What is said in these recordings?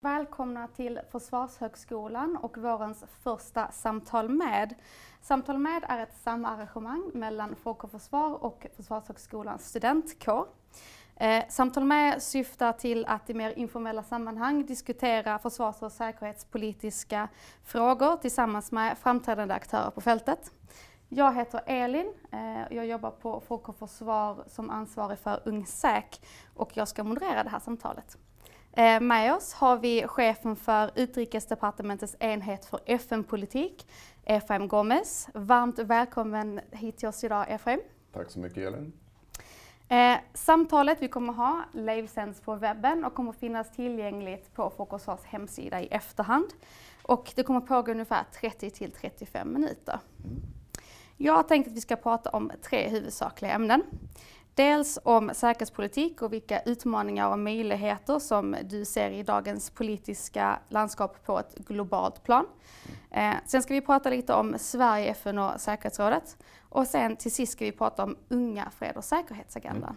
Välkomna till Försvarshögskolan och vårens första Samtal med. Samtal med är ett samarrangemang mellan Folk och Försvar och Försvarshögskolans studentkår. Samtal med syftar till att i mer informella sammanhang diskutera försvars- och säkerhetspolitiska frågor tillsammans med framträdande aktörer på fältet. Jag heter Elin, jag jobbar på Folk och Försvar som ansvarig för Ung Säk och jag ska moderera det här samtalet. Med oss har vi chefen för Utrikesdepartementets enhet för FN-politik, Efraim Gomez. Varmt välkommen hit till oss idag, Efraim. Tack så mycket, Elin. Samtalet vi kommer ha livesänds på webben och kommer finnas tillgängligt på Folk och Försvars hemsida i efterhand. Och det kommer pågå ungefär 30-35 minuter. Jag tänkte att vi ska prata om 3 huvudsakliga ämnen. Dels om säkerhetspolitik och vilka utmaningar och möjligheter som du ser i dagens politiska landskap på ett globalt plan. Sen ska vi prata lite om Sverige, FN och säkerhetsrådet. Och sen till sist ska vi prata om unga fred- och säkerhetsagendan.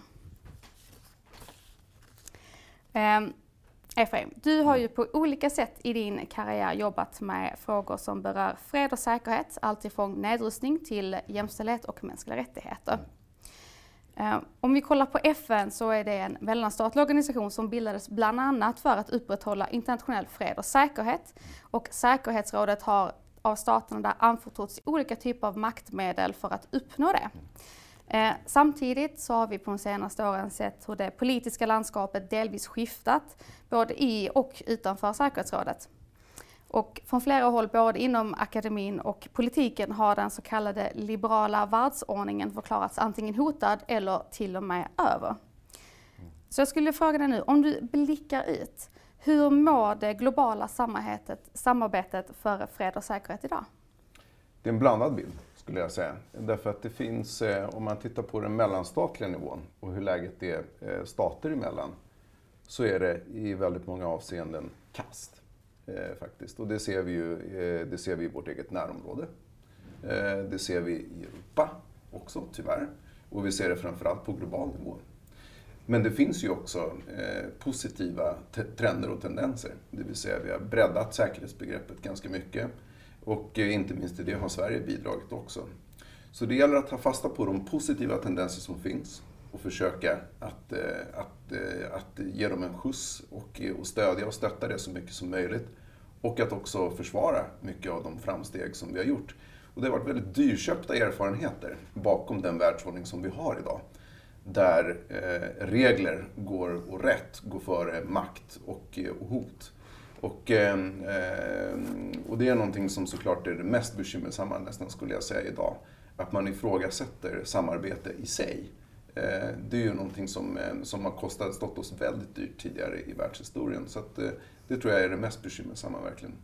Efraim, du har ju på olika sätt i din karriär jobbat med frågor som berör fred och säkerhet, alltifrån nedrustning till jämställdhet och mänskliga rättigheter. Om vi kollar på FN så är det en mellanstatlig organisation som bildades bland annat för att upprätthålla internationell fred och säkerhet. Och säkerhetsrådet har av staterna där anförtrotts olika typer av maktmedel för att uppnå det. Samtidigt så har vi på de senaste åren sett hur det politiska landskapet delvis skiftat både i och utanför säkerhetsrådet. Och från flera håll, både inom akademin och politiken, har den så kallade liberala världsordningen förklarats antingen hotad eller till och med över. Så jag skulle fråga dig nu, om du blickar ut, hur mår det globala samarbetet för fred och säkerhet idag? Det är en blandad bild, skulle jag säga. Därför att det finns, om man tittar på den mellanstatliga nivån och hur läget är stater emellan, så är det i väldigt många avseenden kast. Faktiskt. Och det ser vi i vårt eget närområde. Det ser vi i Europa också, tyvärr. Och vi ser det framförallt på global nivå. Men det finns ju också positiva trender och tendenser. Det vill säga vi har breddat säkerhetsbegreppet ganska mycket. Och inte minst i det har Sverige bidragit också. Så det gäller att ta fasta på de positiva tendenser som finns och försöka att ge dem en skjuts och stödja och stötta det så mycket som möjligt. Och att också försvara mycket av de framsteg som vi har gjort. Och det har varit väldigt dyrköpta erfarenheter bakom den världsordning som vi har idag. Där regler och rätt går före makt och hot. Och det är någonting som såklart är det mest bekymmersamma nästan, skulle jag säga, idag. Att man ifrågasätter samarbete i sig. Det är ju någonting som har stått oss väldigt dyrt tidigare i världshistorien. Så att, det tror jag är det mest bekymmersamma verkligen.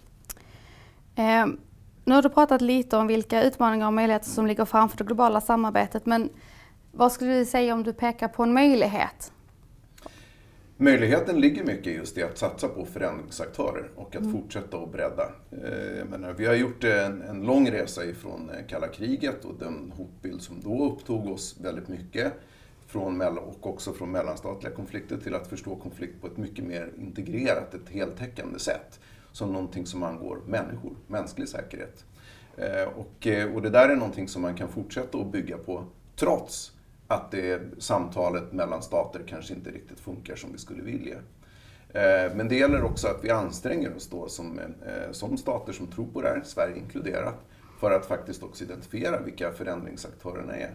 Nu har du pratat lite om vilka utmaningar och möjligheter som ligger framför det globala samarbetet. Men vad skulle du säga om du pekar på en möjlighet? Möjligheten ligger mycket just i att satsa på förändringsaktörer och att fortsätta att bredda. Vi har gjort en lång resa ifrån kalla kriget och den hotbild som då upptog oss väldigt mycket och också från mellanstatliga konflikter till att förstå konflikt på ett mycket mer integrerat, ett heltäckande sätt. Som någonting som angår människor, mänsklig säkerhet. Och det där är någonting som man kan fortsätta att bygga på trots att samtalet mellan stater kanske inte riktigt funkar som vi skulle vilja. Men det gäller också att vi anstränger oss då som stater som tror på det här, Sverige inkluderat, för att faktiskt också identifiera vilka förändringsaktörerna är.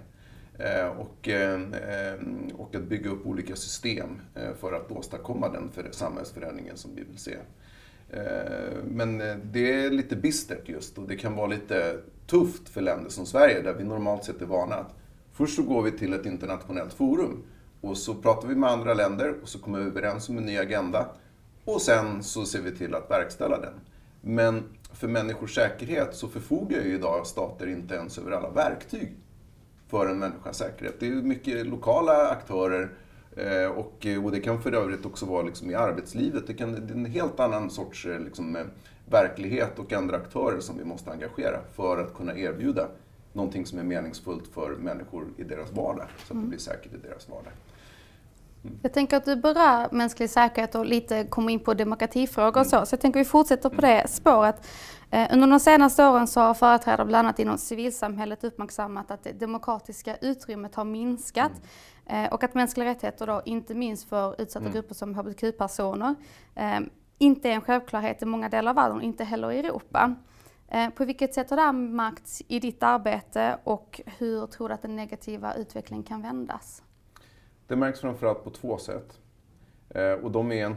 Och att bygga upp olika system för att åstadkomma den samhällsförändringen som vi vill se. Men det är lite bistert just, och det kan vara lite tufft för länder som Sverige där vi normalt sett är vana att först så går vi till ett internationellt forum och så pratar vi med andra länder och så kommer vi överens om en ny agenda och sen så ser vi till att verkställa den. Men för människors säkerhet så förfogar ju idag stater inte ens över alla verktyg för en människas säkerhet. Det är mycket lokala aktörer och det kan för övrigt också vara liksom i arbetslivet. Det är en helt annan sorts verklighet och andra aktörer som vi måste engagera för att kunna erbjuda någonting som är meningsfullt för människor i deras vardag, så att det blir säkert i deras vardag. Jag tänker att du berör mänsklig säkerhet och lite kommer in på demokratifrågor och så jag tänker vi fortsätter på det spåret. Under de senaste åren så har företrädare bland annat inom civilsamhället uppmärksammat att det demokratiska utrymmet har minskat och att mänskliga rättigheter då, inte minst för utsatta grupper som hbtq-personer, inte är en självklarhet i många delar av världen, inte heller i Europa. På vilket sätt har det här märkts i ditt arbete och hur tror du att den negativa utvecklingen kan vändas? Det märks framförallt på 2 sätt. Och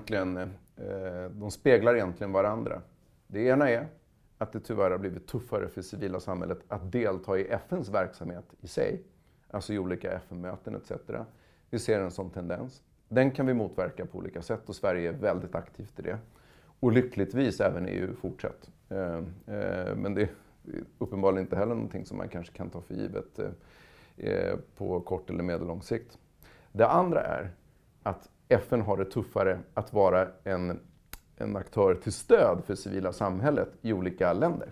de speglar egentligen varandra. Det ena är att det tyvärr har blivit tuffare för civila samhället att delta i FNs verksamhet i sig. Alltså i olika FN-möten etc. Vi ser en sån tendens. Den kan vi motverka på olika sätt och Sverige är väldigt aktivt i det. Och lyckligtvis även EU fortsatt. Men det är uppenbarligen inte heller någonting som man kanske kan ta för givet på kort eller medellång sikt. Det andra är att FN har det tuffare att vara en aktör till stöd för civila samhället i olika länder.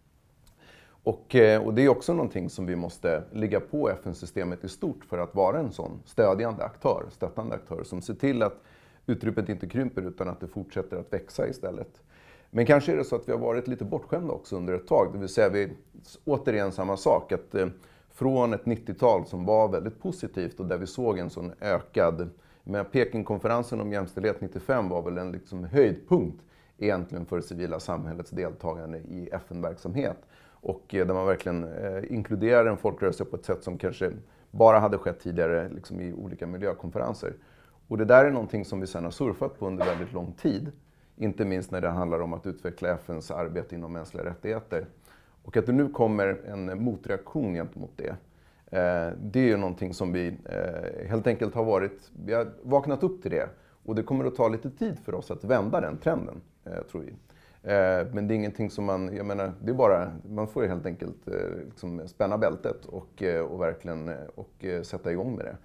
Och det är också någonting som vi måste ligga på FN-systemet i stort för att vara en sån stödjande aktör som ser till att utrymmet inte krymper utan att det fortsätter att växa istället. Men kanske är det så att vi har varit lite bortskämda också under ett tag. Det vill säga vi återigen samma sak att från ett 90-tal som var väldigt positivt och där vi såg en sån ökad, med Pekingkonferensen om jämställdhet 95 var väl en liksom höjdpunkt egentligen för civila samhällets deltagande i FN-verksamhet. Och där man verkligen inkluderar en folkrörelse på ett sätt som kanske bara hade skett tidigare liksom i olika miljökonferenser. Och det där är någonting som vi sedan har surfat på under väldigt lång tid. Inte minst när det handlar om att utveckla FNs arbete inom mänskliga rättigheter. Och att det nu kommer en motreaktion gentemot det. Det är ju någonting som vi helt enkelt vi har vaknat upp till det. Och det kommer att ta lite tid för oss att vända den trenden, tror vi. Men det är ingenting som det är bara, man får ju helt enkelt liksom spänna bältet och verkligen sätta igång med det.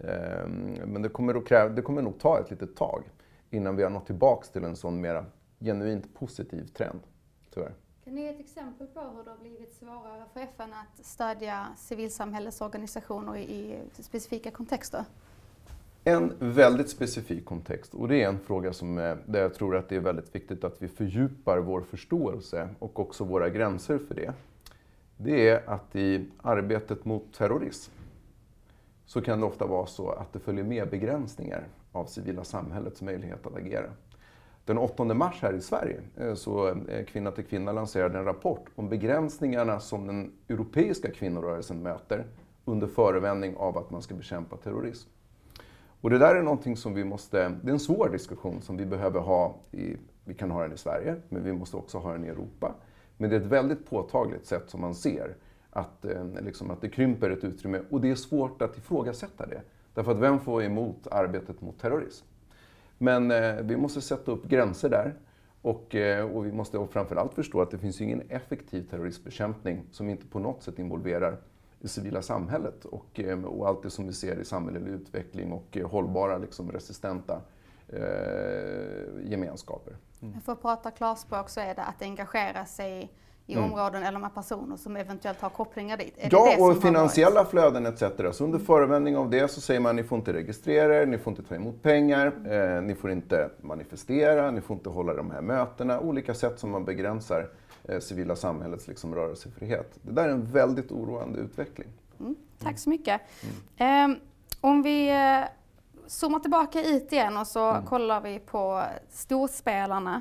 Men det kommer nog ta ett litet tag innan vi har nått tillbaks till en sån mer genuint positiv trend, tyvärr. Kan ni ge ett exempel på hur det har blivit svårare för FN att stödja civilsamhällesorganisationer i specifika kontexter? En väldigt specifik kontext, och det är en fråga där jag tror att det är väldigt viktigt att vi fördjupar vår förståelse och också våra gränser för det. Det är att i arbetet mot terrorism så kan det ofta vara så att det följer med begränsningar av civila samhällets möjlighet att agera. Den 8 mars här i Sverige så Kvinna till kvinna lanserade en rapport om begränsningarna som den europeiska kvinnorörelsen möter under förevändning av att man ska bekämpa terrorism. Och det där är någonting som det är en svår diskussion som vi behöver ha vi kan ha den i Sverige, men vi måste också ha den i Europa. Men det är ett väldigt påtagligt sätt som man ser att det krymper ett utrymme och det är svårt att ifrågasätta det. Därför att vem får emot arbetet mot terrorism? Men vi måste sätta upp gränser där och vi måste framförallt förstå att det finns ingen effektiv terroristbekämpning som inte på något sätt involverar det civila samhället och allt det som vi ser i samhällelig utveckling och hållbara resistenta gemenskaper. För att prata klarspråk så är det att engagera sig i områden eller med personer som eventuellt har kopplingar dit. Och finansiella flöden etc. Så under förevändning av det så säger man ni får inte registrera er, ni får inte ta emot pengar, ni får inte manifestera, ni får inte hålla de här mötena. Olika sätt som man begränsar civila samhällets rörelsefrihet. Det där är en väldigt oroande utveckling. Tack så mycket. Om vi zoomar tillbaka hit igen och så kollar vi på storspelarna.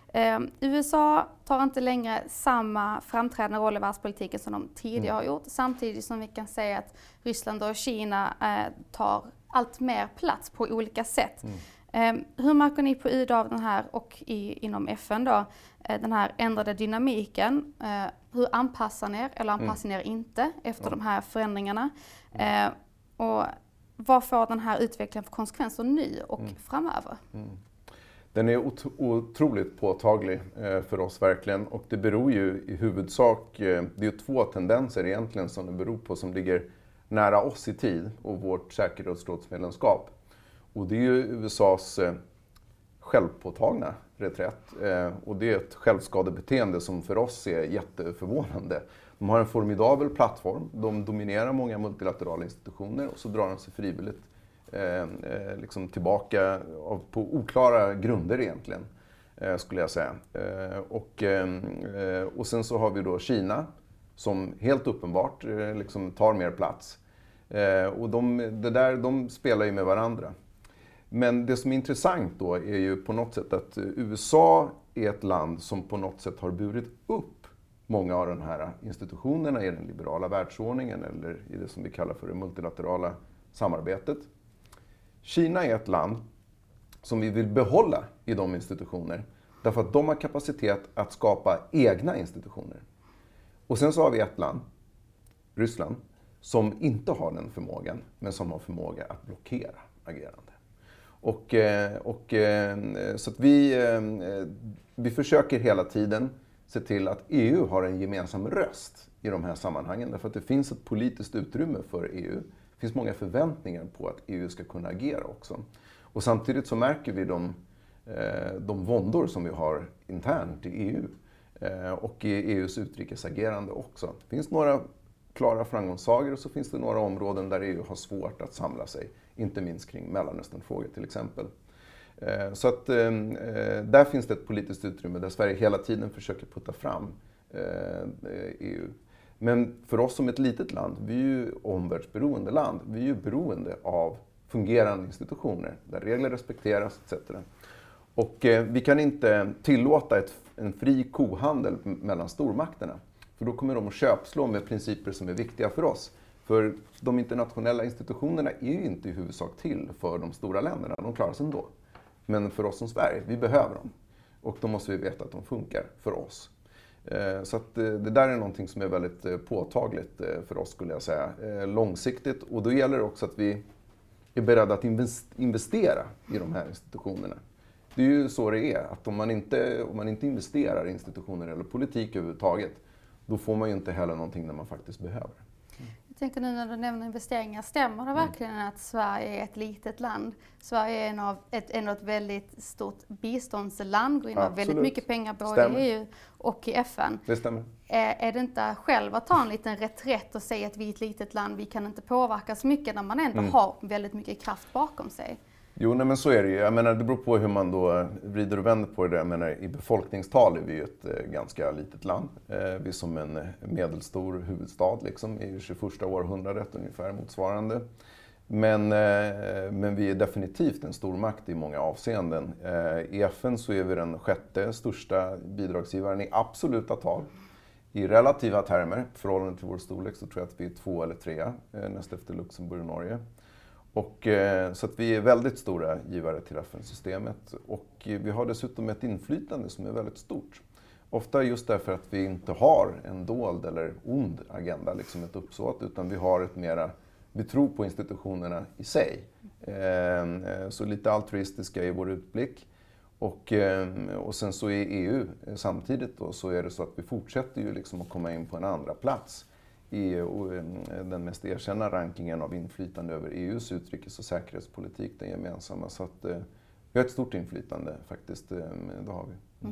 USA tar inte längre samma framträdande roll i världspolitiken som de tidigare har gjort. Samtidigt som vi kan säga att Ryssland och Kina tar allt mer plats på olika sätt. Hur märker ni på UD av den här och inom FN då, den här ändrade dynamiken? Hur anpassar ni er eller anpassar ni er inte efter de här förändringarna? Och vad får den här utvecklingen för konsekvenser nu och framöver? Den är otroligt påtaglig för oss verkligen och det beror ju i huvudsak, det är 2 tendenser egentligen som det beror på som ligger nära oss i tid och vårt säkerhetsrådsmedlemskap. Och det är ju USAs självpåtagna reträtt och det är ett självskadebeteende som för oss är jätteförvånande. De har en formidabel plattform, de dominerar många multilaterala institutioner och så drar de sig frivilligt liksom tillbaka på oklara grunder egentligen, skulle jag säga. Och sen så har vi då Kina som helt uppenbart liksom tar mer plats. Och de spelar ju med varandra. Men det som är intressant då är ju på något sätt att USA är ett land som på något sätt har burit upp många av de här institutionerna i den liberala världsordningen eller i det som vi kallar för det multilaterala samarbetet. Kina är ett land som vi vill behålla i de institutioner därför att de har kapacitet att skapa egna institutioner. Och sen så har vi ett land, Ryssland, som inte har den förmågan men som har förmåga att blockera agerande. Så att vi försöker hela tiden se till att EU har en gemensam röst i de här sammanhangen. Därför att det finns ett politiskt utrymme för EU. Det finns många förväntningar på att EU ska kunna agera också. Och samtidigt så märker vi de våndor som vi har internt i EU. Och i EUs utrikesagerande också. Det finns några klara framgångssagor och så finns det några områden där EU har svårt att samla sig. Inte minst kring Mellanösternfrågor till exempel. Så att där finns det ett politiskt utrymme där Sverige hela tiden försöker putta fram EU. Men för oss som ett litet land, vi är ju omvärldsberoende land. Vi är ju beroende av fungerande institutioner där regler respekteras etc. Och vi kan inte tillåta en fri kohandel mellan stormakterna. För då kommer de att köpslå med principer som är viktiga för oss. För de internationella institutionerna är ju inte i huvudsak till för de stora länderna. De klarar sig ändå. Men för oss som Sverige, vi behöver dem. Och då måste vi veta att de funkar för oss. Så att det där är någonting som är väldigt påtagligt för oss skulle jag säga. Långsiktigt. Och då gäller det också att vi är beredda att investera i de här institutionerna. Det är ju så det är. Att om man inte investerar i institutioner eller politik överhuvudtaget, då får man ju inte heller någonting när man faktiskt behöver. Jag tänker nu när du nämner investeringar, stämmer det verkligen att Sverige är ett litet land? Sverige är ändå ett väldigt stort biståndsland, går in med väldigt mycket pengar både i EU och i FN. Det stämmer. Är det inte själv att ta en liten reträtt och säga att vi är ett litet land, vi kan inte påverka så mycket när man ändå har väldigt mycket kraft bakom sig? Jo, nej, men så är det ju. Jag menar, det beror på hur man då vrider och vänder på det. Jag menar, i befolkningstal är vi ju ett ganska litet land. Vi är som en medelstor huvudstad liksom, i 21 århundradet ungefär motsvarande. Men vi är definitivt en stormakt i många avseenden. I FN så är vi den 6:e största bidragsgivaren i absoluta tal. I relativa termer, i förhållande till vår storlek, så tror jag att vi är 2 eller 3, näst efter Luxemburg och Norge. Och, så att vi är väldigt stora givare till FN-systemet och vi har dessutom ett inflytande som är väldigt stort. Ofta just därför att vi inte har en dold eller ond agenda, liksom ett uppsåt, utan vi har vi tror på institutionerna i sig. Så lite altruistiska i vår utblick. Och sen så är EU samtidigt då, så är det så att vi fortsätter ju liksom att komma in på en andra plats i den mest erkända rankingen av inflytande över EUs utrikes- och säkerhetspolitik, den gemensamma. Så att vi har ett stort inflytande faktiskt, det har vi.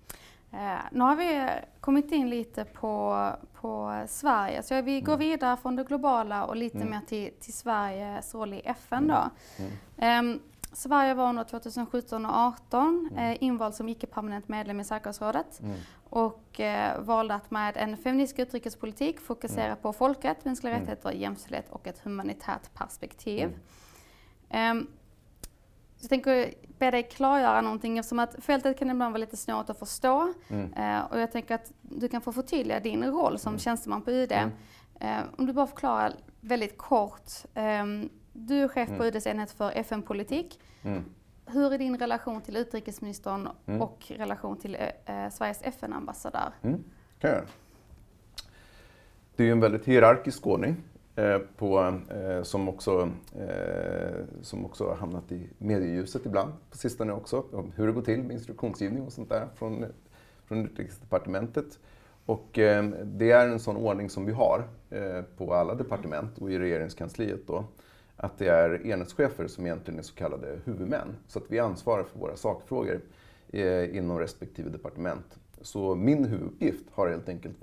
Nu har vi kommit in lite på Sverige, så vi går vidare från det globala och lite mer till Sveriges roll i FN då. Sverige var under 2017 och 2018 invald som icke-permanent medlem i säkerhetsrådet och valde att med en feministisk utrikespolitik fokusera på folkrätt, mänskliga rättigheter, jämställdhet och ett humanitärt perspektiv. Så jag tänker be dig klargöra någonting eftersom att fältet kan ibland vara lite svårt att förstå. Och jag tänker att du kan få förtydliga din roll som tjänsteman på UD. Om du bara förklarar väldigt kort. Du är chef på UDs enhet för FN-politik. Hur är din relation till utrikesministern och relation till Sveriges FN-ambassadör? Kan jag göra. Det är ju en väldigt hierarkisk ordning som också har hamnat i medieljuset ibland på sistone också. Om hur det går till med instruktionsgivning och sånt där från Utrikesdepartementet. Och det är en sån ordning som vi har på alla departement och i regeringskansliet då. Att det är enhetschefer som egentligen är så kallade huvudmän. Så att vi ansvarar för våra sakfrågor inom respektive departement. Så min huvuduppgift har helt enkelt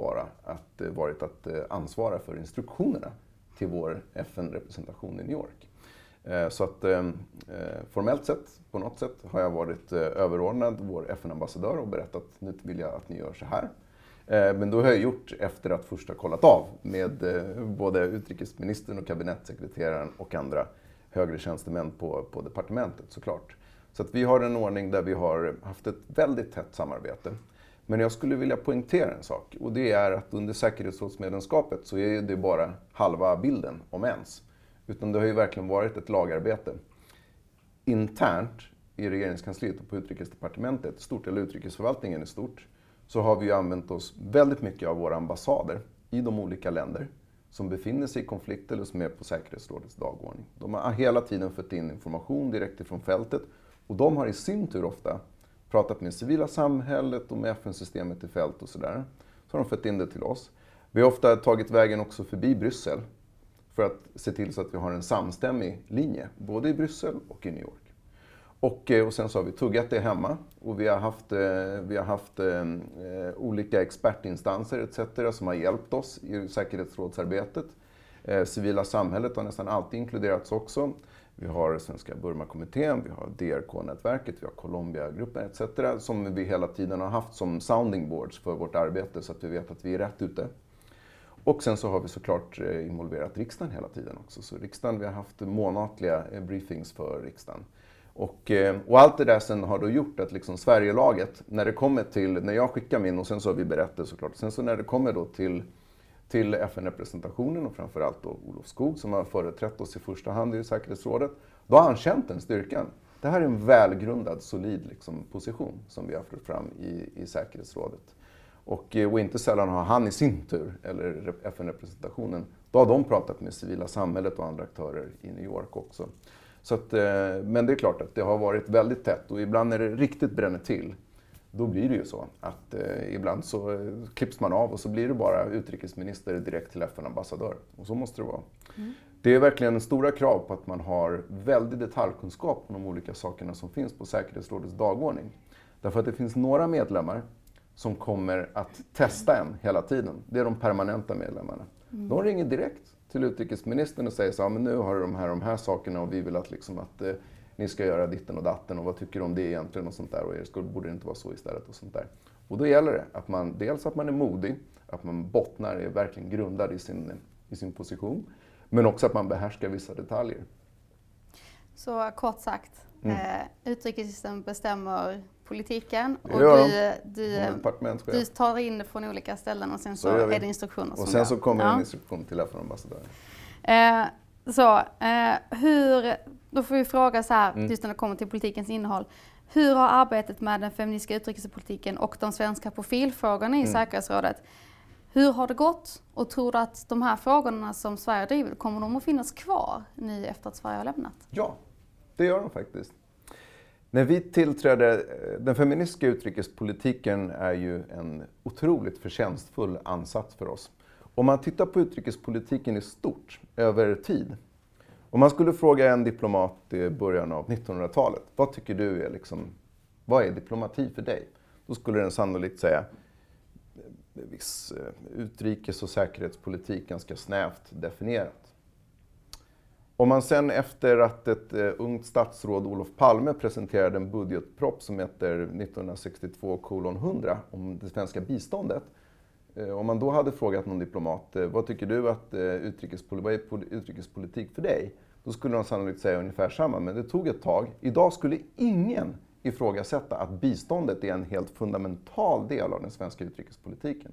varit att ansvara för instruktionerna till vår FN-representation i New York. Så att formellt sett, på något sätt, har jag varit överordnad vår FN-ambassadör och berättat att nu vill jag att ni gör så här. Men då har jag gjort efter att först ha kollat av med både utrikesministern och kabinettssekreteraren och andra högre tjänstemän på departementet såklart. Så att vi har en ordning där vi har haft ett väldigt tätt samarbete. Men jag skulle vilja poängtera en sak, och det är att under säkerhetsrådsmedlemskapet så är det bara halva bilden, om ens. Utan det har ju verkligen varit ett lagarbete. Internt i regeringskansliet och på utrikesdepartementet, stort eller utrikesförvaltningen är stort, så har vi ju använt oss väldigt mycket av våra ambassader i de olika länder som befinner sig i konflikt eller som är på säkerhetsrådets dagordning. De har hela tiden fått in information direkt ifrån fältet, och de har i sin tur ofta pratat med civila samhället och med FN-systemet i fält och sådär. Så har de fått in det till oss. Vi har ofta tagit vägen också förbi Bryssel för att se till så att vi har en samstämmig linje, både i Bryssel och i New York. Och sen så har vi tuggat det hemma, och vi har haft olika expertinstanser etc. som har hjälpt oss i säkerhetsrådsarbetet. Civila samhället har nästan alltid inkluderats också. Vi har Svenska Burma-kommittén, vi har DRK-nätverket, vi har Colombia-gruppen etc. som vi hela tiden har haft som sounding boards för vårt arbete så att vi vet att vi är rätt ute. Och sen så har vi såklart involverat riksdagen hela tiden också. Så riksdagen, vi har haft månatliga briefings för riksdagen. Och allt det där sen har då gjort att liksom Sverigelaget, när det kommer till, när jag skickar min, och sen så har vi berättat såklart, sen så när det kommer då till FN-representationen och framförallt då Olof Skog som har företrätt oss i första hand i säkerhetsrådet, då har han känt den styrkan. Det här är en välgrundad, solid liksom, position som vi har fört fram i säkerhetsrådet. Och inte sällan har han i sin tur, eller FN-representationen, då har de pratat med civila samhället och andra aktörer i New York också. Så att, men det är klart att det har varit väldigt tätt, och ibland när det riktigt bränner till, då blir det ju så att ibland så klipps man av och så blir det bara utrikesminister direkt till FN-ambassadör. Och så måste det vara. Mm. Det är verkligen stora krav på att man har väldigt detaljkunskap om de olika sakerna som finns på säkerhetsrådets dagordning. Därför att det finns några medlemmar som kommer att testa en hela tiden. Det är de permanenta medlemmarna. Mm. De ringer direkt till utrikesministern och säger så här, men nu har du de här sakerna och vi vill att, liksom, att ni ska göra ditten och datten och vad tycker du om det egentligen och sånt där, och borde det inte vara så istället och sånt där. Och då gäller det att man, dels att man är modig, att man bottnar, är verkligen grundad i sin position, men också att man behärskar vissa detaljer. Så kort sagt, utrikesministern bestämmer politiken och du tar in det från olika ställen och sen så är det instruktioner. Och sen så kommer en instruktion till FN-ambassadören. Då får vi fråga så här, just när det kommer till politikens innehåll. Hur har arbetet med den feministiska utrikespolitiken och de svenska profilfrågorna i säkerhetsrådet, hur har det gått? Och tror du att de här frågorna som Sverige driver, kommer de att finnas kvar nu efter att Sverige har lämnat? Ja, det gör de faktiskt. När vi tillträdde, den feministiska utrikespolitiken är ju en otroligt förtjänstfull ansats för oss. Om man tittar på utrikespolitiken i stort, över tid. Om man skulle fråga en diplomat i början av 1900-talet, vad tycker du är vad är diplomati för dig? Då skulle den sannolikt säga viss utrikes- och säkerhetspolitik ganska snävt definierat. Om man sen efter att ett ungt statsråd, Olof Palme, presenterade en budgetpropp som heter 1962:100 om det svenska biståndet. Om man då hade frågat någon diplomat, vad tycker du att vad är utrikespolitik för dig? Då skulle de sannolikt säga ungefär samma, men det tog ett tag. Idag skulle ingen ifrågasätta att biståndet är en helt fundamental del av den svenska utrikespolitiken.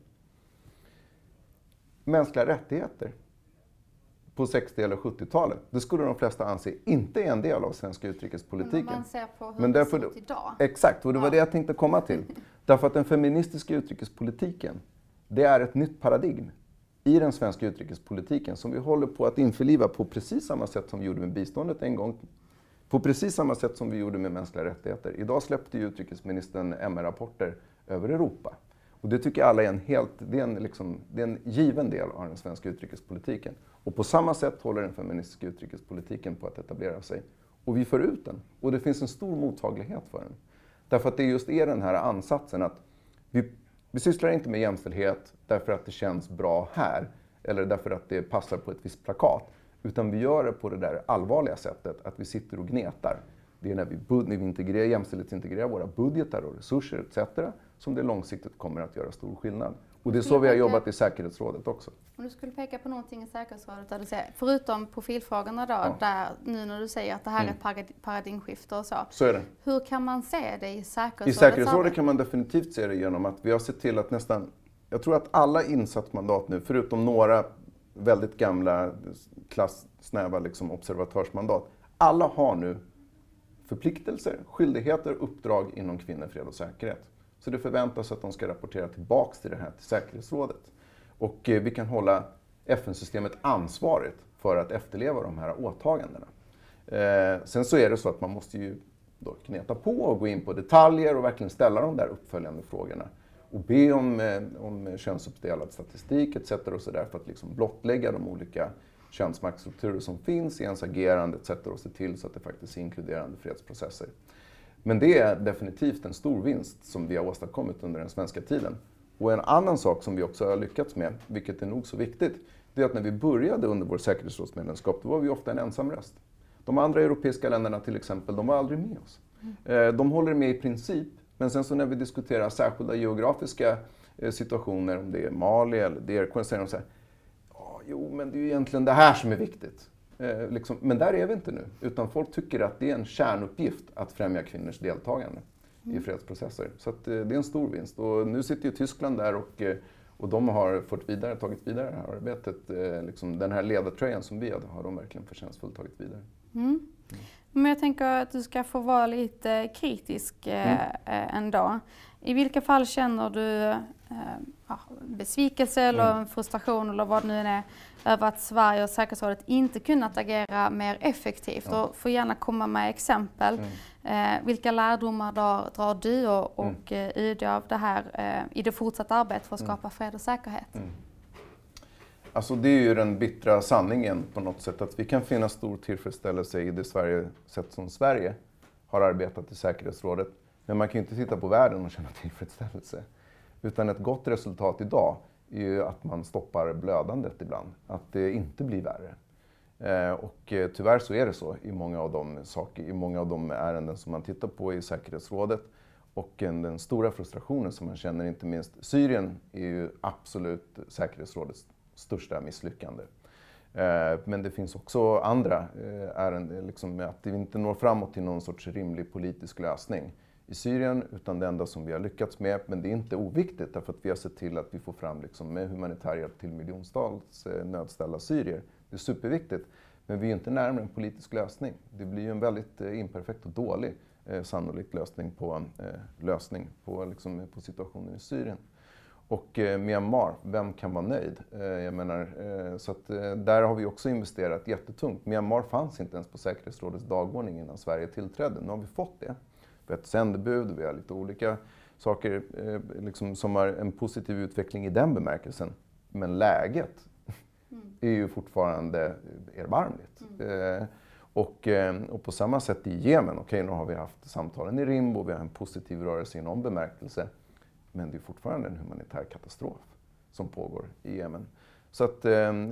Mänskliga rättigheter på 60- eller 70-talet, det skulle de flesta anse inte är en del av svenska utrikespolitiken. Men man ser på hur det ser ut idag. Exakt, och det var det jag tänkte komma till. Därför att den feministiska utrikespolitiken, det är ett nytt paradigm i den svenska utrikespolitiken som vi håller på att införliva på precis samma sätt som vi gjorde med biståndet en gång. På precis samma sätt som vi gjorde med mänskliga rättigheter. Idag släppte ju utrikesministern MR-rapporter över Europa. Och det tycker alla är det är en given del av den svenska utrikespolitiken. Och på samma sätt håller den feministiska utrikespolitiken på att etablera sig. Och vi för ut den. Och det finns en stor mottaglighet för den. Därför att det just är den här ansatsen att vi sysslar inte med jämställdhet därför att det känns bra här. Eller därför att det passar på ett visst plakat. Utan vi gör det på det där allvarliga sättet att vi sitter och gnetar. Det är när vi jämställdhetsintegrerar våra budgetar och resurser etc. som det långsiktigt kommer att göra stor skillnad. Och det är så vi har jobbat i säkerhetsrådet också. Om du skulle peka på någonting i säkerhetsrådet där du säger, förutom profilfrågorna då, där, nu när du säger att det här är ett paradigmskifte och så. Så är det. Hur kan man se det i säkerhetsrådet? I säkerhetsrådet kan man definitivt se det genom att vi har sett till att jag tror att alla insatsmandat nu, förutom några väldigt gamla klassnäva liksom observatörsmandat, alla har nu förpliktelser, skyldigheter, uppdrag inom kvinnor, fred och säkerhet. Så det förväntas att de ska rapportera tillbaks till det här till säkerhetsrådet. Och vi kan hålla FN-systemet ansvarigt för att efterleva de här åtagandena. Sen så är det så att man måste ju då kneta på och gå in på detaljer och verkligen ställa de där uppföljande frågorna. Och be om könsuppdelad statistik etc. och så där för att liksom blottlägga de olika könsmaktstrukturer som finns i ens agerande etc. och se till så att det faktiskt är inkluderande fredsprocesser. Men det är definitivt en stor vinst som vi har åstadkommit under den svenska tiden. Och en annan sak som vi också har lyckats med, vilket är nog så viktigt, det är att när vi började under vår säkerhetsrådsmedlemskap, då var vi ofta en ensam röst. De andra europeiska länderna till exempel, de var aldrig med oss. De håller med i princip, men sen så när vi diskuterar särskilda geografiska situationer, om det är Mali eller DRK, så säger de så här, jo men det är ju egentligen det här som är viktigt. Men där är vi inte nu, utan folk tycker att det är en kärnuppgift att främja kvinnors deltagande i fredsprocesser. Så att, det är en stor vinst. Och nu sitter ju Tyskland där och de har tagit vidare det här arbetet. Den här ledartröjan som vi har de verkligen förtjänstfullt tagit vidare. Men jag tänker att du ska få vara lite kritisk ändå. I vilka fall känner du besvikelse eller frustration eller vad det nu är över att Sverige och säkerhetsrådet inte kunnat agera mer effektivt? Och får gärna komma med exempel. Vilka lärdomar drar du och UD av det här i det fortsatta arbetet för att skapa fred och säkerhet? Alltså det är ju den bittra sanningen på något sätt, att vi kan finna stor tillfredsställelse i det sätt som Sverige har arbetat i säkerhetsrådet. Men man kan ju inte titta på världen och känna tillfredsställelse. Utan ett gott resultat idag är ju att man stoppar blödandet ibland. Att det inte blir värre. Och tyvärr så är det så i många av de ärenden som man tittar på i säkerhetsrådet. Och den stora frustrationen som man känner, inte minst Syrien, är ju absolut säkerhetsrådets största misslyckande. Men det finns också andra ärenden, att vi inte når framåt till någon sorts rimlig politisk lösning i Syrien, utan det enda som vi har lyckats med, men det är inte oviktigt därför att vi har sett till att vi får fram med humanitär hjälp till miljontals nödställda syrier. Det är superviktigt, men vi är inte närmare en politisk lösning. Det blir ju en väldigt imperfekt och dålig sannolik lösning på situationen i Syrien. Och Myanmar, vem kan vara nöjd? Där har vi också investerat jättetungt. Myanmar fanns inte ens på säkerhetsrådets dagordning innan Sverige tillträdde. Nu har vi fått det. Vi har ett sändebud, vi har lite olika saker som har en positiv utveckling i den bemärkelsen. Men läget är ju fortfarande erbarmligt. Och på samma sätt i Jemen, nu har vi haft samtalen i Rimbo, vi har en positiv rörelse i någon bemärkelse. Men det är fortfarande en humanitär katastrof som pågår i Jemen. Så att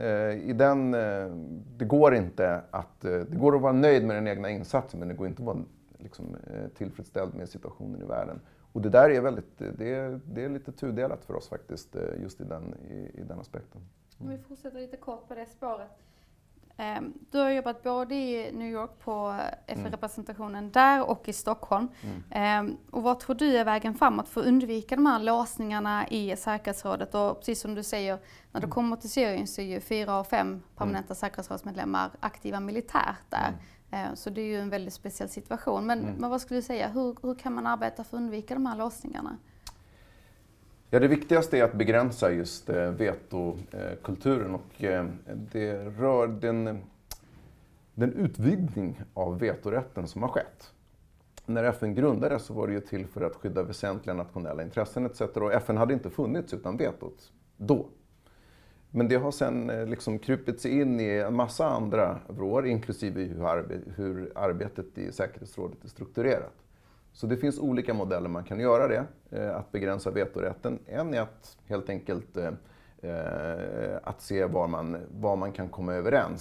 det går att vara nöjd med den egna insatsen, men det går inte att vara tillfredsställd med situationen i världen. Och det där är det är lite tudelat för oss faktiskt, just i den aspekten. Om vi fortsätter lite kort på det spåret. Du har jobbat både i New York på FN-representationen där och i Stockholm. Och vad tror du är vägen framåt för att undvika de här låsningarna i säkerhetsrådet? Och precis som du säger, när det kommer till Syrien så är ju 4 av 5 permanenta säkerhetsrådsmedlemmar aktiva militärt där. Så det är ju en väldigt speciell situation. Men vad skulle du säga, hur kan man arbeta för att undvika de här låsningarna? Ja, det viktigaste är att begränsa just vetokulturen och det rör den utvidgning av vetorätten som har skett. När FN grundades så var det ju till för att skydda väsentliga nationella intressen etc. Och FN hade inte funnits utan vetot då. Men det har sen krupit sig in i en massa andra vrår, inklusive hur arbetet i säkerhetsrådet är strukturerat. Så det finns olika modeller man kan göra det, att begränsa vetorätten. En är att helt enkelt att se var man kan komma överens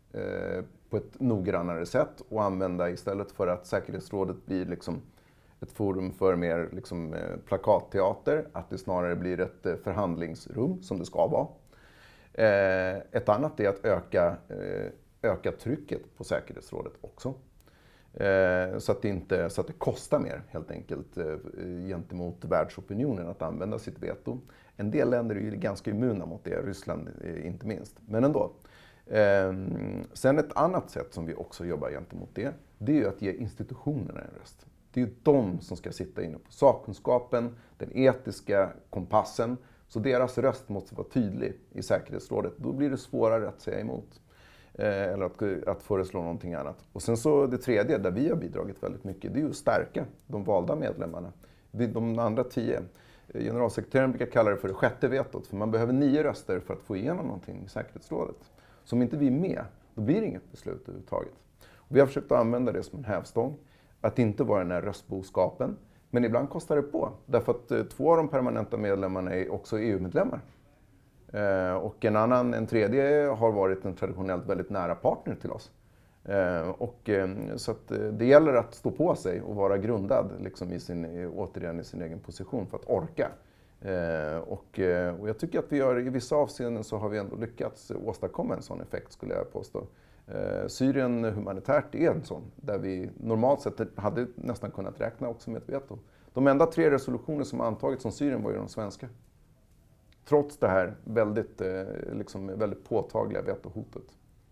på ett noggrannare sätt och använda istället för att säkerhetsrådet blir liksom ett forum för mer liksom, plakatteater, att det snarare blir ett förhandlingsrum som det ska vara. Ett annat är att öka trycket på säkerhetsrådet också. Så att det kostar mer helt enkelt gentemot världsopinionen att använda sitt veto. En del länder är ju ganska immuna mot det, Ryssland inte minst, men ändå. Sen ett annat sätt som vi också jobbar gentemot det är ju att ge institutionerna en röst. Det är ju de som ska sitta inne på sakkunskapen, den etiska kompassen, så deras röst måste vara tydlig i säkerhetsrådet. Då blir det svårare att säga emot. Eller att föreslå någonting annat. Och sen så det tredje, där vi har bidragit väldigt mycket, det är ju att stärka de valda medlemmarna. De andra 10. Generalsekreteraren brukar kalla det för det sjätte vetot, för man behöver 9 röster för att få igenom någonting i säkerhetsrådet. Så om inte vi är med, då blir det inget beslut överhuvudtaget. Och vi har försökt att använda det som en hävstång, att inte vara den här röstboskapen. Men ibland kostar det på, därför att 2 av de permanenta medlemmarna är också EU-medlemmar. Och en tredje har varit en traditionellt väldigt nära partner till oss. Så att det gäller att stå på sig och vara grundad liksom återigen i sin egen position för att orka. Och jag tycker att i vissa avseenden så har vi ändå lyckats åstadkomma en sån effekt, skulle jag påstå. Syrien humanitärt är en sån, där vi normalt sett hade nästan kunnat räkna också med ett veto. De enda 3 resolutioner som antagits om Syrien var ju de svenska. Trots det här väldigt påtagliga vetohotet.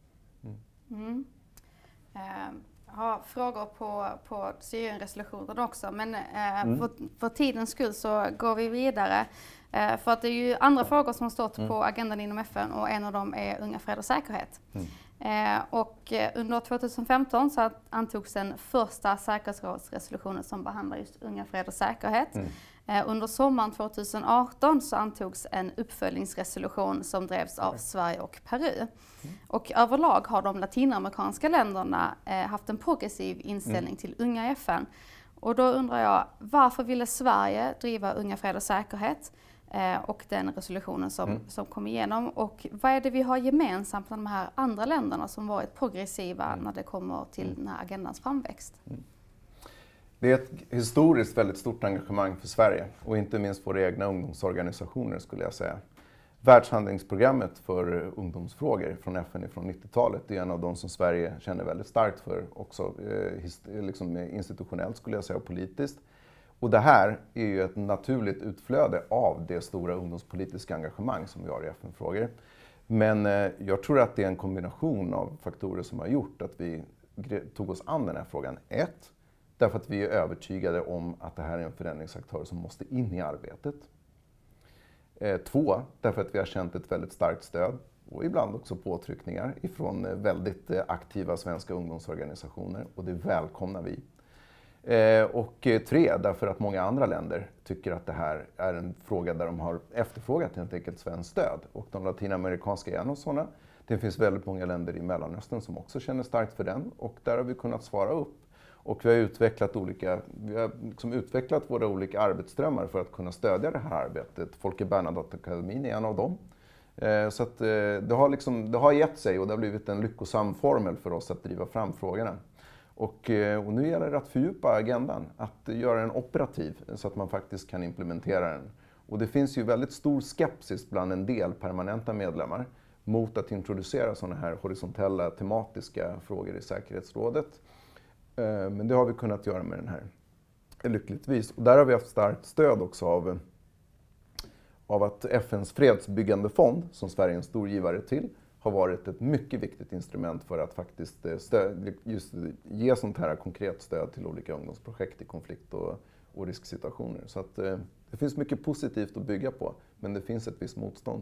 Jag har frågor på Syrienresolutionen också, men för tidens skull så går vi vidare. För att det är ju andra frågor som har stått på agendan inom FN, och en av dem är unga, fred och säkerhet. Och under 2015 så antogs den första säkerhetsrådsresolutionen som behandlar just unga, fred och säkerhet. Under sommaren 2018 så antogs en uppföljningsresolution som drevs av Sverige och Peru. Och överlag har de latinamerikanska länderna haft en progressiv inställning till unga i FN. Och då undrar jag, varför ville Sverige driva unga, fred och säkerhet och den resolutionen som kom igenom? Och vad är det vi har gemensamt med de här andra länderna som varit progressiva när det kommer till den här agendans framväxt? Det är ett historiskt väldigt stort engagemang för Sverige, och inte minst våra egna ungdomsorganisationer, skulle jag säga. Världshandlingsprogrammet för ungdomsfrågor från FN från 90-talet är en av de som Sverige känner väldigt starkt för, också liksom institutionellt skulle jag säga, och politiskt. Och det här är ju ett naturligt utflöde av det stora ungdomspolitiska engagemang som vi har i FN-frågor. Men jag tror att det är en kombination av faktorer som har gjort att vi tog oss an den här frågan. 1. Därför att vi är övertygade om att det här är en förändringsaktör som måste in i arbetet. 2. Därför att vi har känt ett väldigt starkt stöd, och ibland också påtryckningar ifrån väldigt aktiva svenska ungdomsorganisationer, och det välkomnar vi. Och 3. Därför att många andra länder tycker att det här är en fråga där de har efterfrågat helt enkelt svenskt stöd. Och de latinamerikanska är en av sådana. Det finns väldigt många länder i Mellanöstern som också känner starkt för den, och där har vi kunnat svara upp. Och vi har utvecklat våra olika arbetsströmmar för att kunna stödja det här arbetet. Folke Bernadotteakademin är en av dem. Så att det har gett sig, och det har blivit en lyckosam formel för oss att driva fram frågorna. Och nu gäller det att fördjupa agendan, att göra den operativ så att man faktiskt kan implementera den. Och det finns ju väldigt stor skepsis bland en del permanenta medlemmar mot att introducera sådana här horisontella tematiska frågor i säkerhetsrådet. Men det har vi kunnat göra med den här, lyckligtvis. Och där har vi haft starkt stöd också av att FNs fredsbyggande fond, som Sverige är en stor givare till, har varit ett mycket viktigt instrument för att faktiskt ge sånt här konkret stöd till olika ungdomsprojekt i konflikt och risksituationer. Så att det finns mycket positivt att bygga på, men det finns ett visst motstånd.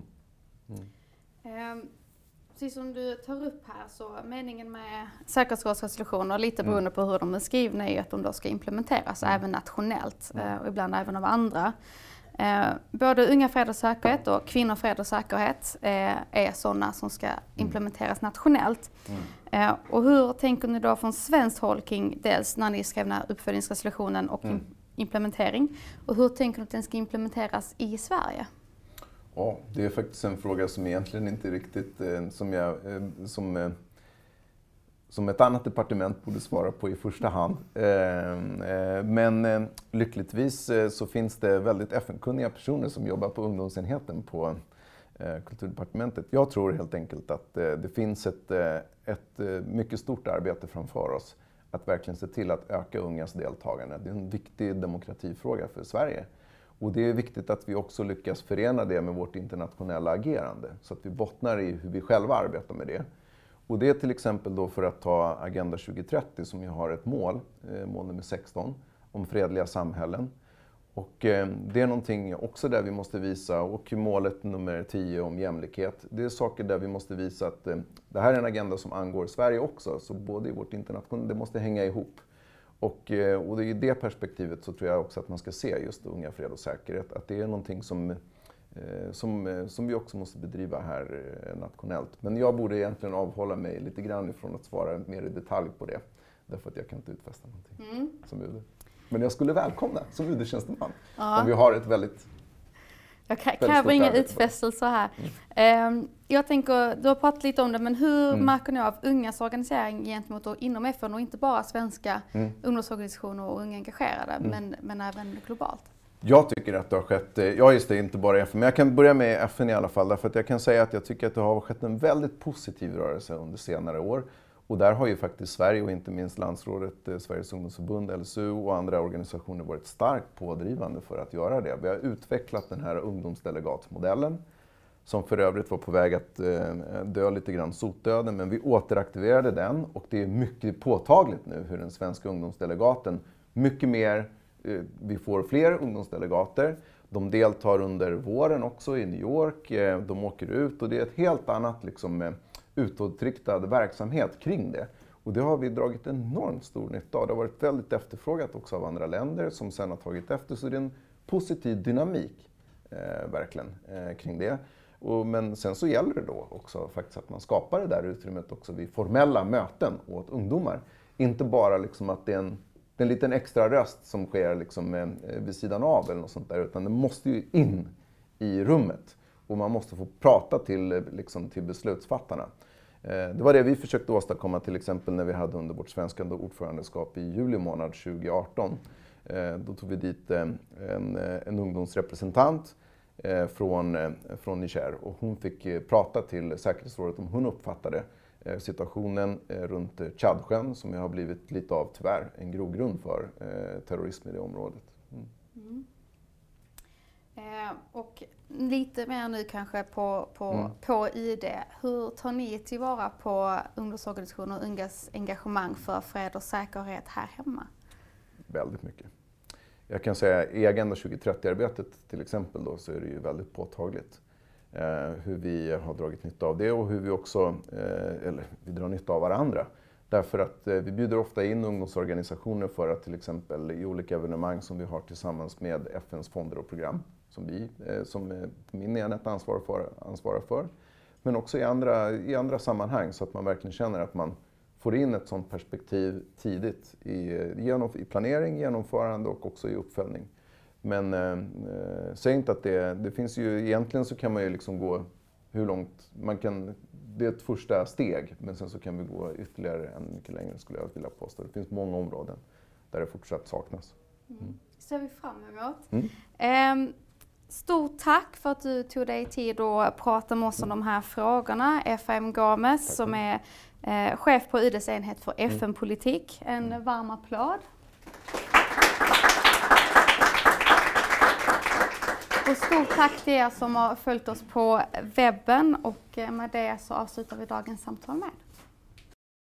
Precis som du tar upp här, så meningen med säkerhetsrådsresolutioner, lite beroende på hur de är skrivna, är ju att de då ska implementeras även nationellt och ibland även av andra. Både unga, fred och säkerhet och kvinnor, fred och säkerhet är sådana som ska implementeras nationellt. Och hur tänker ni då från svenskt håll kring dels när ni skrev den här uppföljningsresolutionen och implementering, och hur tänker ni att den ska implementeras i Sverige? Ja, det är faktiskt en fråga som egentligen inte riktigt som ett annat departement borde svara på i första hand. Men lyckligtvis så finns det väldigt FN-kunniga personer som jobbar på ungdomsenheten på Kulturdepartementet. Jag tror helt enkelt att det finns ett mycket stort arbete framför oss att verkligen se till att öka ungas deltagande. Det är en viktig demokratifråga för Sverige. Och det är viktigt att vi också lyckas förena det med vårt internationella agerande. Så att vi bottnar i hur vi själva arbetar med det. Och det är till exempel då för att ta Agenda 2030 som ju har ett mål nummer 16, om fredliga samhällen. Och det är någonting också där vi måste visa, och målet nummer 10 om jämlikhet. Det är saker där vi måste visa att det här är en agenda som angår Sverige också. Så både i vårt internationella, det måste hänga ihop. Och i det perspektivet så tror jag också att man ska se just unga, fred och säkerhet. Att det är någonting som vi också måste bedriva här nationellt. Men jag borde egentligen avhålla mig lite grann ifrån att svara mer i detalj på det. Därför att jag kan inte utfästa någonting som UD. Men jag skulle välkomna som UD-tjänsteman. Om vi har ett väldigt... Jag kräver inga utfästelser här. Jag tänker, du har pratat lite om det, men hur märker ni av ungas organisering gentemot och inom FN och inte bara svenska ungdomsorganisationer och unga engagerade, men även globalt? Jag tycker att det har skett, just det, inte bara FN, men jag kan börja med FN i alla fall, därför att jag kan säga att jag tycker att det har skett en väldigt positiv rörelse under senare år. Och där har ju faktiskt Sverige och inte minst Landsrådet, Sveriges ungdomsförbund, LSU och andra organisationer varit starkt pådrivande för att göra det. Vi har utvecklat den här ungdomsdelegatmodellen som för övrigt var på väg att dö lite grann sotdöden, men vi återaktiverade den och det är mycket påtagligt nu hur den svenska ungdomsdelegaten, mycket mer, vi får fler ungdomsdelegater. De deltar under våren också i New York, de åker ut och det är ett helt annat utåtriktad verksamhet kring det. Och det har vi dragit enormt stor nytta av. Det har varit väldigt efterfrågat också av andra länder som sen har tagit efter. Så det är en positiv dynamik verkligen kring det. Men sen så gäller det då också faktiskt att man skapar det där utrymmet också vid formella möten åt ungdomar. Inte bara att det är en liten extra röst som sker vid sidan av eller något sånt där, utan det måste ju in i rummet. Och man måste få prata till beslutsfattarna. Det var det vi försökte åstadkomma till exempel när vi hade under vårt svenska ordförandeskap i juli månad 2018. Då tog vi dit en ungdomsrepresentant från Niger och hon fick prata till säkerhetsrådet om hon uppfattade situationen runt Tchadsjön som har blivit lite av tyvärr en grogrund för terrorism i det området. Och lite mer nu kanske på ID. Hur tar ni tillvara på ungdomsorganisationer och ungas engagemang för fred och säkerhet här hemma? Väldigt mycket. Jag kan säga i Agenda 2030-arbetet till exempel då, så är det ju väldigt påtagligt hur vi har dragit nytta av det och hur vi också vi drar nytta av varandra. Därför att vi bjuder ofta in ungdomsorganisationer för att till exempel i olika evenemang som vi har tillsammans med FNs fonder och program som vi som min enhet ansvarar för. Men också i andra sammanhang så att man verkligen känner att man får in ett sådant perspektiv tidigt i planering, genomförande och också i uppföljning. Men säg inte att det finns ju, egentligen så kan man ju gå hur långt man kan, det är ett första steg, men sen så kan vi gå ytterligare mycket längre skulle jag vilja påstå. Det finns många områden där det fortsatt saknas. Ser vi fram emot. Stort tack för att du tog dig tid att prata med oss om de här frågorna. Efraim Games som är chef på UD:s enhet för FN-politik. En varm applåd. Och stort tack till er som har följt oss på webben och med det så avslutar vi dagens samtal med.